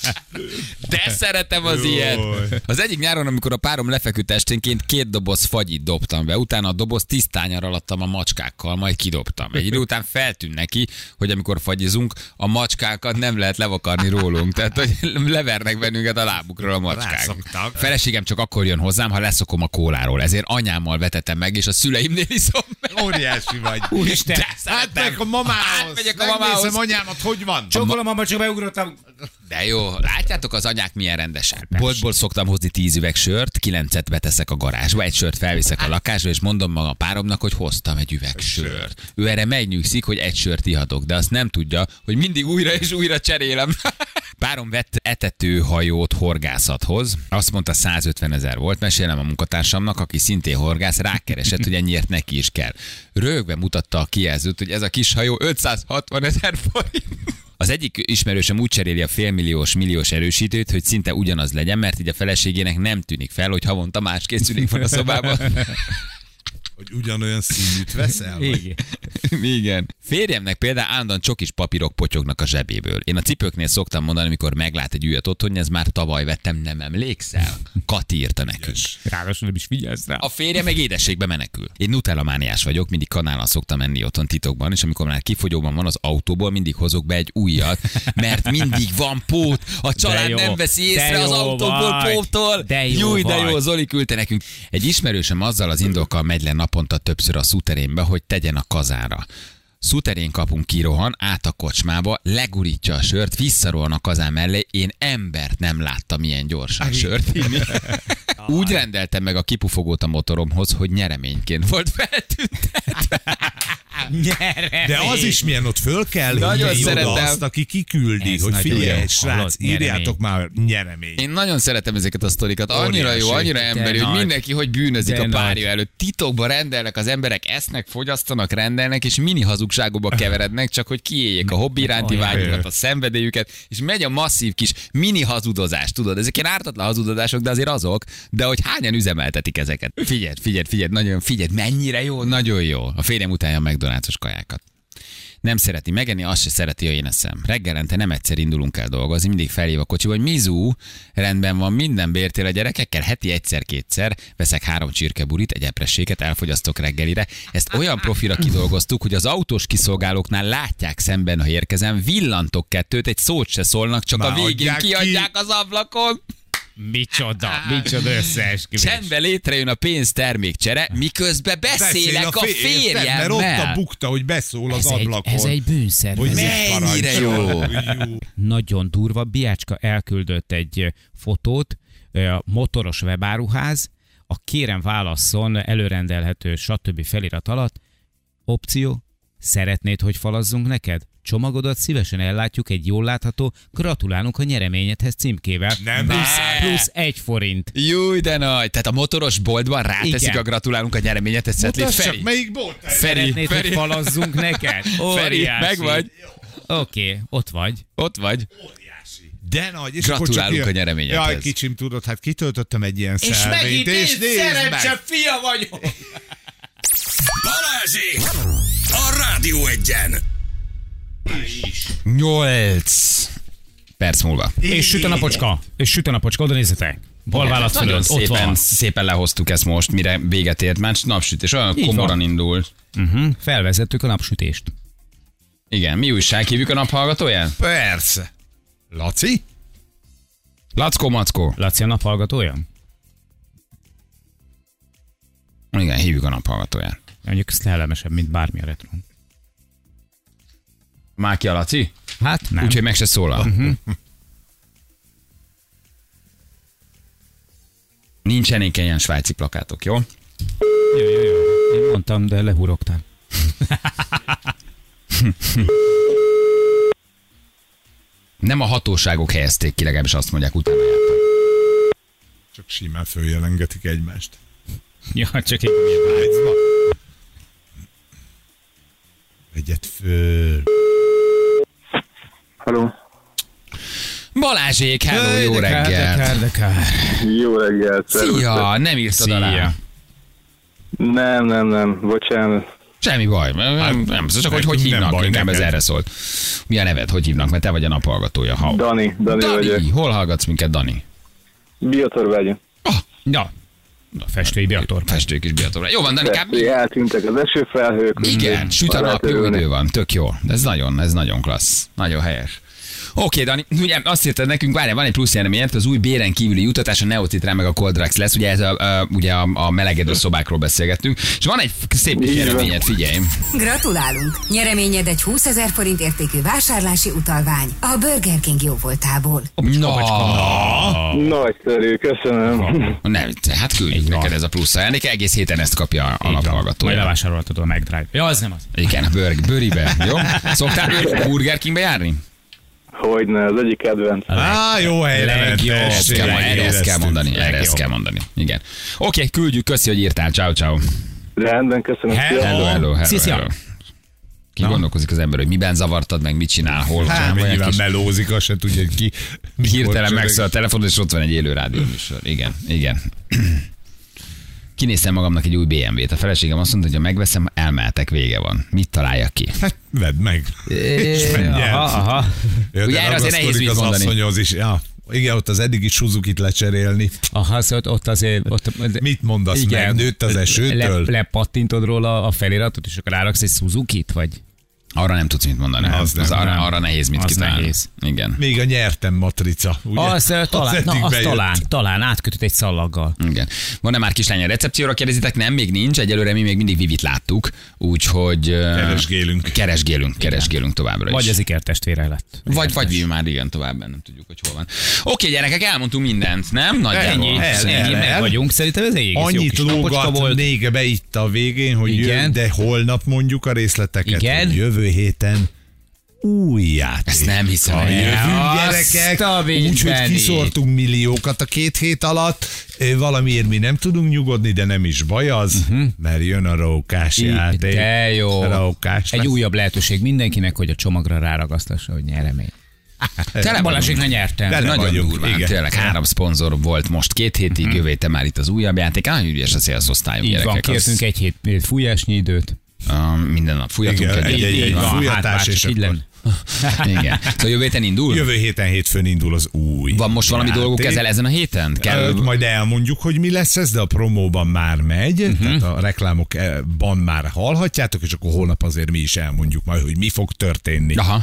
De szeretem az ilyet. Az egyik nyáron, amikor a párom lefeküdt esténként, két doboz fagyit dobtam be, utána a doboz tisztányra alattam a macskákkal, majd kidobtam. Egy idő után feltűnt neki, hogy amikor fagyizunk, a macskákat nem lehet levakarni rólunk. Tehát, hogy levernek bennünket a lábukról a macskák. Rászoktak. Feleségem csak akkor jön hozzám, ha leszokom a kóláról. Ezért anyámmal vetettem meg, és a szüleimnél iszom meg. Óriási vagy. Úristen. De Hát szeretem. meg a mamához. Átmegyek a mamához. Megnézem anyámat, hogy van. Csókolom, mama, csak beugrottam. De jó, látjátok az anyák milyen rendesek. Boltból szoktam hozni tíz üveg sört, kilencet beteszek a garázsba, egy sört felviszek a lakásba, és mondom maga a páromnak, hogy hoztam egy üveg sört. Ő erre megnyugszik, hogy egy sört ihatok, de azt nem tudja, hogy mindig újra és újra cserélem. Párom vett etetőhajót horgászathoz, azt mondta százötven ezer volt, mesélem a munkatársamnak, aki szintén horgász, rákeresett, hogy ennyiért neki is kell. Rögve mutatta a kijelzőt, hogy ez a kis hajó ötszázhatvan ezer forint. Az egyik ismerősöm úgy cseréli a félmilliós, milliós erősítőt, hogy szinte ugyanaz legyen, mert így a feleségének nem tűnik fel, hogy havonta más készülék van a szobában. Hogy ugyanolyan színűt veszel? vagy? Igen. Igen. Férjemnek például állandóan csokis papírok potyognak a zsebéből. Én a cipőknél szoktam mondani, amikor meglát egy újat otthon, ez már tavaly vettem, nem emlékszel? Kati írta nekünk. Ráadásul nem is figyelsz rá. A férje meg édességbe menekül. Én Nutella mániás vagyok, mindig kanállal szoktam menni otthon titokban, és amikor már kifogyóban van az autóból, mindig hozok be egy újat, mert mindig van pót. A család jó, nem veszi de észre az jó autóból vagy, póttól. de jó Júj, de jó, vagy. Zoli küldte nekünk. Egy ismerősöm azzal az indokkal megy le naponta többször a szuterénbe, hogy tegyen a kazára. Szuterén kapunk kirohan, át a kocsmába, legurítja a sört, visszarohan a kazán mellé, én embert nem láttam ilyen gyorsan sört inni. Úgy rendeltem meg a kipufogót a motoromhoz, hogy nyereményként volt feltüntetve. De az is milyen, ott föl kell Nagyon hívni oda szeretem. azt, aki kiküldi, Ez hogy nagyon figyelj, jó. srác, Hallod, írjátok már nyeremény. Én nagyon szeretem ezeket a sztorikat. Annyira Óriási. jó, annyira emberi, De hogy nagy. mindenki hogy bűnözik De a párja nagy. előtt. Titokban rendelnek az emberek, esznek, fogyasztanak, rendelnek, és mini hazugságokba keverednek, csak hogy kiéljék a hobbi iránti Olyan. vágyukat, a szenvedélyüket, és megy a masszív kis mini hazudozás, tudod? Ezek ilyen ártatlan hazudozások, de azért azok, de hogy hányan üzemeltetik ezeket. Figyeld, figyeld, figyeld, nagyon figyeld, mennyire jó, nagyon jó. A férjem utálja a McDonald's-os kajákat. Nem szereti megenni, azt se szereti, hogy én eszem. Reggelente nem egyszer indulunk el dolgozni, mindig felhív a kocsiba, hogy Mizu, rendben van, minden bértél a gyerekekkel, heti egyszer-kétszer, veszek három csirkeburit, egy epresséket, elfogyasztok reggelire. Ezt olyan profira kidolgoztuk, hogy az autós kiszolgálóknál látják szemben, ha érkezem, villantok kettőt, egy szót se szólnak, csak Már a végén adják ki. kiadják az ablakon. Micsoda, micsoda összeesküvés. Csendbe létrejön a pénztermékcsere, miközben beszélek a fér- férjemmel. Mert ott a bukta, hogy beszól az Ez egy, ablakon. ez egy bűnszervezet. Hogy Mennyire jó. jó. Nagyon durva. Biácska elküldött egy fotót, a motoros webáruház, a kérem válasszon előrendelhető stb. Felirat alatt. Opció, szeretnéd, hogy falazzunk neked? Csomagodat szívesen ellátjuk egy jól látható gratulálunk a nyereményedhez címkével. Nem plusz, hiszem. plusz egy forint. Júj, de nagy. Tehát a motoros boltban ráteszik Igen. a gratulálunk a nyereményet, egy szetlit. Mutasd Feri, csak, melyik bolt ez? Feri, Szeretnéd, Feri, hogy falazzunk neked? Feri, Óriási. meg vagy? Oké, okay, ott vagy. Ott vagy. De nagy. És Gratulálunk akkor csak a nyereményedhez. Jaj, kicsim, tudod, hát kitöltöttem egy ilyen szelvényt, és nézd meg. fia vagyok. Balázsék! A Rádió Egyen! Nyolc perc múlva. És süt a napocska. És süt a napocska, oda nézzetek. Bal válasz Nagyon fölött, ott szépen, van. szépen lehoztuk ezt most, mire véget ért, már napsütés, olyan Így komoran van. indul. Uh-huh. Felvezettük a napsütést. Igen, mi újság, hívjuk a naphallgatóján? Persze. Laci? Lackó, Mackó. Laci a naphallgatója? Igen, hívjuk a naphallgatóján. Mondjuk ez kellemesebb, mint bármi a retro. Már ki a Laci? Hát nem. Úgyhogy meg se szólal. Uh-huh. Nincsenek ilyen svájci plakátok, jó? Jó, jó, jó. Én mondtam, de lehurogtál. Nem a hatóságok helyezték ki, legalábbis azt mondják, utána jártak. Csak simán följelengetik egymást. Ja, csak egy Vágyva. Egyet föl. Halló. Balázsék, hello, jó de kár, de reggelt. kár, de kár. Jó reggelt. szervusztok. Szia, nem írtad Szia. alá. Nem, nem, nem. Bocsánat. Semmi baj, nem, nem, csak hogy hogy nem hívnak, baj, inkább ez neked. erre szólt. Mi a neved, hogy hívnak, mert te vagy a naphallgatója. Ha. Dani, Dani, Dani, vagyok. hol hallgatsz minket, Dani? Biotorvágyon. Ja. A festői biator. Festők is Biatorra. Jó van, Danikám. Persze, eltűntek az esőfelhők. Igen, süt a Már nap, lehet jó örülni. idő van, tök jó. Ez nagyon, ez nagyon klassz. Nagyon helyes. Oké, Dani, ugye azt írtad nekünk, várjál, van egy plusz nyereményed, az új béren kívüli jutatás a Neocitrán meg a Coldrax lesz, ugye ez a, a, ugye a, a melegedő szobákról beszélgettünk, és van egy szép kis Így van. nyereményed, figyelj. Gratulálunk! Nyereményed egy húszezer forint értékű vásárlási utalvány a Burger King jóvoltából. Na, Nagyszerű, köszönöm. nem, hát küldjük Így van. neked ez a plusz ajándék, egész héten ezt kapja a Majd naphallgatója. levásárolhatod a McDrive. Ja, az nem az. Igen, a Burger, Bőribe, jó? Szoktál Bőr- Burger Kingbe járni? Hogyne, az egyik kedvenc. Á, jó helyre ment, Legjobb. Ezt tessék, kell, erre ezt kell éreztük. mondani, erre ezt Legjobb. kell mondani. Igen. Oké, küldjük, köszi, hogy írtál. Ciao, ciao. Rendben, köszönöm. Hello. Szia. Hello, hello, hello, Szia, szia. hello. Ki gondolkozik az ember, hogy miben zavartad meg, mit csinál, hol Hát, van, mert olyan nyilván kis melózik, azt se tudja, hogy ki. mikor hirtelen csörög. megszól a telefon, és ott van egy élő rádióműsor. Igen, igen. Kinéztem magamnak egy új bé em vét. A feleségem azt mondta, hogy ha megveszem, elmehetek, vége van. Mit találjak ki? Hát, vedd meg. És menj el. Aha, aha. Ja, Ugye de erre azért nehéz ragaszkodik mit az mondani. asszonyhoz is. Ja, igen, ott az eddigi Suzukit lecserélni. Aha, szóval ott azért... Ott, Mit mondasz meg? Nőtt az esőtől? Le, lepattintod róla a feliratot, és akkor ráraksz egy Suzuki-t, vagy? Arra nem tudsz mit mondani. Az Az, nem, az arra, nem. arra nehéz mit Az kitalálni. nehéz. Igen. Még a nyertem matrica, ugye? Az, az, talán, eddig na, az bejött. talán, talán átkötött egy szallaggal. Igen. Van-e már kislány a recepcióra kérdezitek? Nem, még nincs. Egyelőre mi még mindig Vivit láttuk, úgyhogy... ö, Keresgélünk. Keresgélünk, keresgélünk továbbra is. Vagy az ikertestvére lett. Vagy, vagy Vivi már igen tovább, nem tudjuk, hogy hol van. Oké, gyerekek, elmondtunk mindent, nem? Nagyjából. Ennyi, El, el, ennyi, el. meg vagyunk. Szerintem ez egy egész jó Annyit kis napocska lógat volt. még be itt a végén, hogy Igen. jön, de holnap mondjuk a részleteket. Igen. hogy Jövő héten új játék. Ezt nem hiszem el. Jövünk, Azt gyerekek, a úgyhogy Benni. kiszortunk milliókat a két hét alatt. Ö, Valamiért mi nem tudunk nyugodni, de nem is baj az, uh-huh. mert jön a rókás játék. De jó. Rókás Egy lesz. újabb lehetőség mindenkinek, hogy a csomagra ráragasztassa, hogy nyeremény. Tele Balázsékra nyertem. De nem Nagyon vagyunk, durván, igen. tényleg három szponzor volt most két hétig, Mhm. jövő héten már itt az újabb játék. Nagyon ügyes a szélszosztályunk, Így van, gyerekek. kértünk egy hét fújásnyi időt. Uh, minden nap fújatunk Igen, egy, egy- egy- így egy van. fújatás, hát, és csak így akkor- lenne. Igen. Szóval jövő héten indul? Jövő héten hétfőn indul az új Van most valami játék. dolguk ezzel ezen a héten? Kell... Ö, Majd elmondjuk, hogy mi lesz ez, de a promóban már megy, uh-huh. tehát a reklámokban már hallhatjátok, és akkor holnap azért mi is elmondjuk majd, hogy mi fog történni. Aha.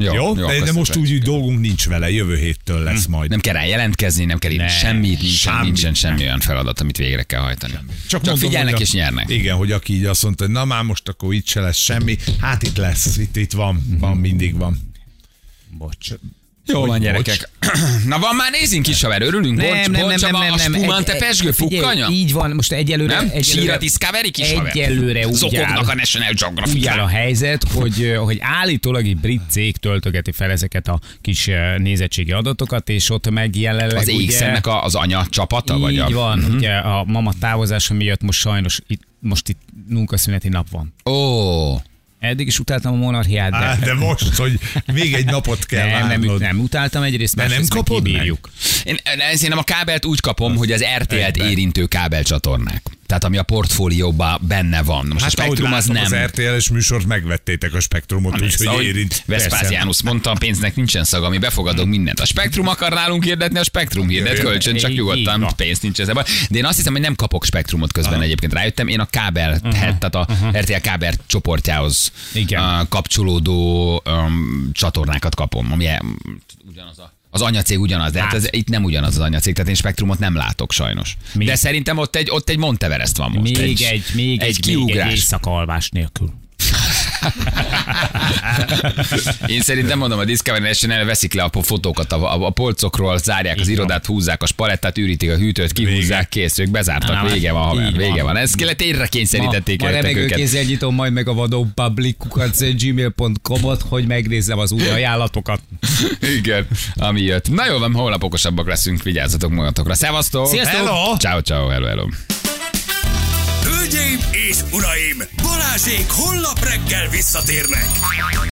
Jó? Jó, De, akkor de most szépen. úgy, úgy dolgunk nincs vele, jövő héttől lesz majd. Nem kell rá jelentkezni, nem kell írni Ne, semmit, nincsen, semmi. nincsen semmi olyan feladat, amit végre kell hajtani. Csak, mondom, figyelnek hogy a- és nyernek. Igen, hogy aki így azt mondta, hogy na már most akkor itt se lesz semmi, hát itt lesz, itt, itt van, van, mindig van. Bocs. Jó Hogy van, bocs? gyerekek. Na van, már nézzünk is, haver, örülünk. Boncs, boncs, a spumante pesgő Figyelj, fukkanya? Így van, most egyelőre... Nem? egyelőre Sír a Discovery kis haver? Egyelőre úgy áll, Zokognak a National úgy áll a Geographic. helyzet, hogy, hogy állítólag egy brit cég töltögeti fel ezeket a kis eh, nézettségi adatokat, és ott meg jelenleg Az ugye... X-ennek a- az anya csapata? Így Vagy a... van, uh-huh. Ugye a mama távozása miatt most sajnos itt, most itt munkaszüneti nap van. Ó, Eddig is utáltam a monarchiát, de... Á, de most, hogy még egy napot kell nem, nem, várnod. nem, utáltam egyrészt, De nem másrészt meg kapod meg? kibírjuk. én, én szerintem a kábelt úgy kapom, hogy az er té el-t Egyben. érintő kábelcsatornák. Tehát ami a portfólióban benne van. Most Hát a ahogy Spektrum az látom, nem. az er té el-es műsort megvettétek a Spektrumot, úgyhogy Ahogy érint. Vespasianus mondta, a pénznek nincsen szaga, mi befogadunk mindent. A Spektrum akar nálunk hirdetni, a Spektrum hirdet kölcsön, csak Így- így nyugodtan van. pénz nincs ezzel. De én azt hiszem, hogy nem kapok Spektrumot közben egyébként. Rájöttem, én a kábel, tehát a er té el kábel csoportjához Igen. uh, kapcsolódó um, csatornákat kapom, ami um, ugyanaz a az anyacég ugyanaz, de hát ez, itt nem ugyanaz az anyacég, tehát én Spektrumot nem látok sajnos. Mi? De szerintem ott egy, ott egy Monteverest van most. Még egy, még egy, egy még egy kiugrás. éjszaka alvás nélkül. Én szerintem mondom, a Discovery National veszik le a fotókat a, a, a polcokról, zárják az irodát, húzzák a spalettát, ürítik a hűtőt, kihúzzák, kész, ők bezártak, Na, vége van, haver, így vége van. van. Ezt kellett tényleg kényszerítették Ma, ma jöttek remegő őket. kézzel nyitom majd meg a vadó public gmail pont com-ot, hogy megnézzem az új ajánlatokat. Igen, ami jött. Na jól van, holnap okosabbak leszünk, vigyázzatok magatokra. Szevasztok! Sziasztok! Hello! Ciao, ciao, hello, hello. Hölgyeim és uraim, Balázsék holnap reggel visszatérnek.